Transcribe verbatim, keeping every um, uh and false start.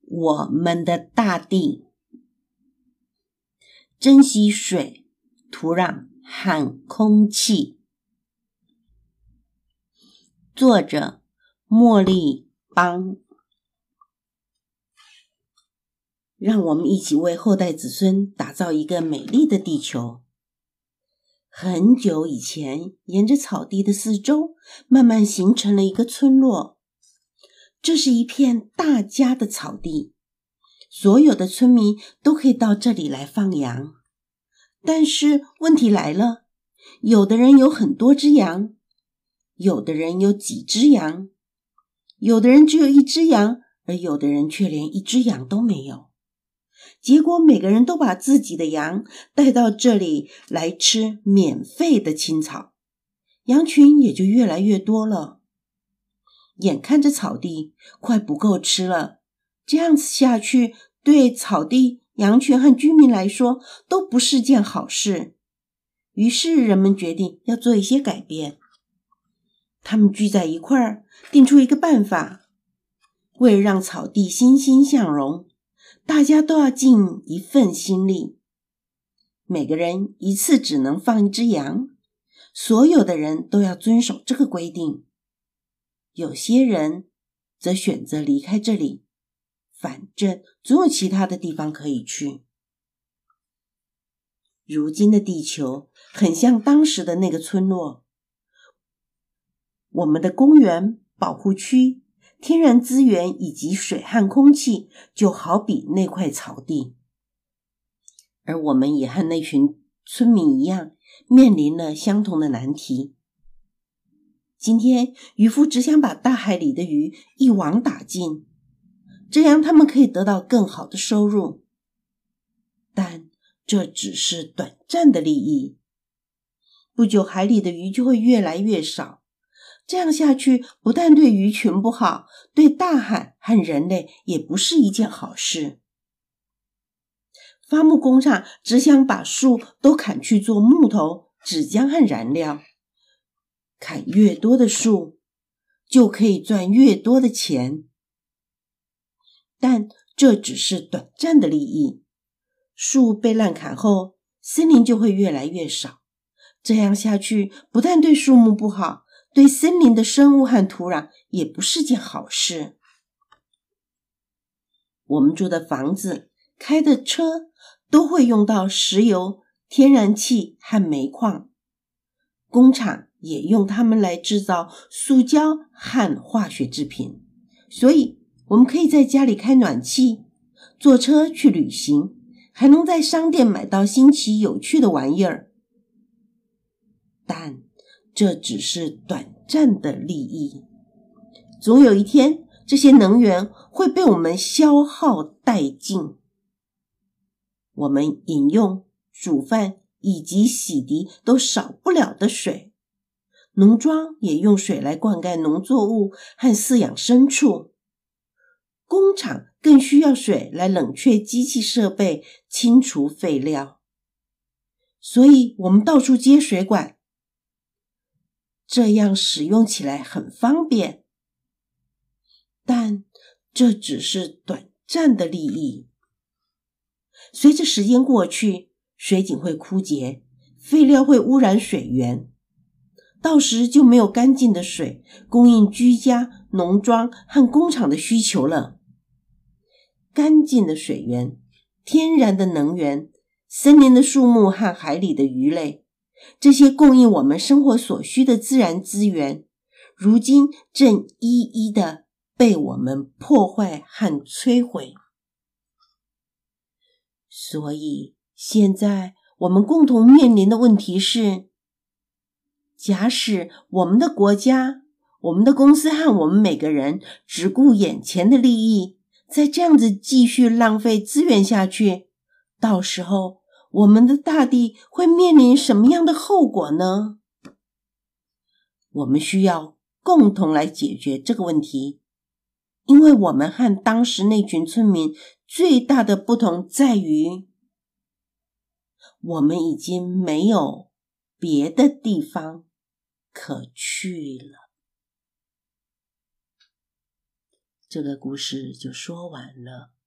我们的大地，珍惜水、土壤和空气。作者茉莉邦。让我们一起为后代子孙打造一个美丽的地球。很久以前，沿着草地的四周，慢慢形成了一个村落。这是一片大家的草地，所有的村民都可以到这里来放羊。但是问题来了，有的人有很多只羊，有的人有几只羊，有的人只有一只羊，而有的人却连一只羊都没有。结果每个人都把自己的羊带到这里来吃免费的青草，羊群也就越来越多了。眼看着草地快不够吃了，这样子下去对草地、羊群和居民来说都不是件好事。于是人们决定要做一些改变。他们聚在一块儿，定出一个办法。为了让草地欣欣向荣，大家都要尽一份心力。每个人一次只能放一只羊，所有的人都要遵守这个规定。有些人则选择离开这里，反正总有其他的地方可以去。如今的地球很像当时的那个村落，我们的公园、保护区、天然资源以及水和空气就好比那块草地，而我们也和那群村民一样，面临了相同的难题。今天渔夫只想把大海里的鱼一网打尽，这样他们可以得到更好的收入。但这只是短暂的利益，不久海里的鱼就会越来越少。这样下去不但对鱼群不好，对大海和人类也不是一件好事。伐木工厂只想把树都砍去做木头、纸浆和燃料。砍越多的树，就可以赚越多的钱。但这只是短暂的利益。树被滥砍后，森林就会越来越少。这样下去，不但对树木不好，对森林的生物和土壤也不是件好事。我们住的房子、开的车都会用到石油、天然气和煤矿。工厂也用它们来制造塑胶和化学制品，所以我们可以在家里开暖气，坐车去旅行，还能在商店买到新奇有趣的玩意儿。但这只是短暂的利益，总有一天，这些能源会被我们消耗殆尽。我们饮用、煮饭以及洗涤都少不了的水，农庄也用水来灌溉农作物和饲养牲畜，工厂更需要水来冷却机器设备、清除废料。所以我们到处接水管，这样使用起来很方便，但这只是短暂的利益。随着时间过去，水井会枯竭，废料会污染水源，到时就没有干净的水供应居家、农庄和工厂的需求了。干净的水源、天然的能源、森林的树木和海里的鱼类，这些供应我们生活所需的自然资源，如今正一一的被我们破坏和摧毁。所以现在我们共同面临的问题是，假使我们的国家、我们的公司和我们每个人只顾眼前的利益，再这样子继续浪费资源下去，到时候我们的大地会面临什么样的后果呢？我们需要共同来解决这个问题，因为我们和当时那群村民最大的不同在于，我们已经没有别的地方可去了。 这个故事就说完了。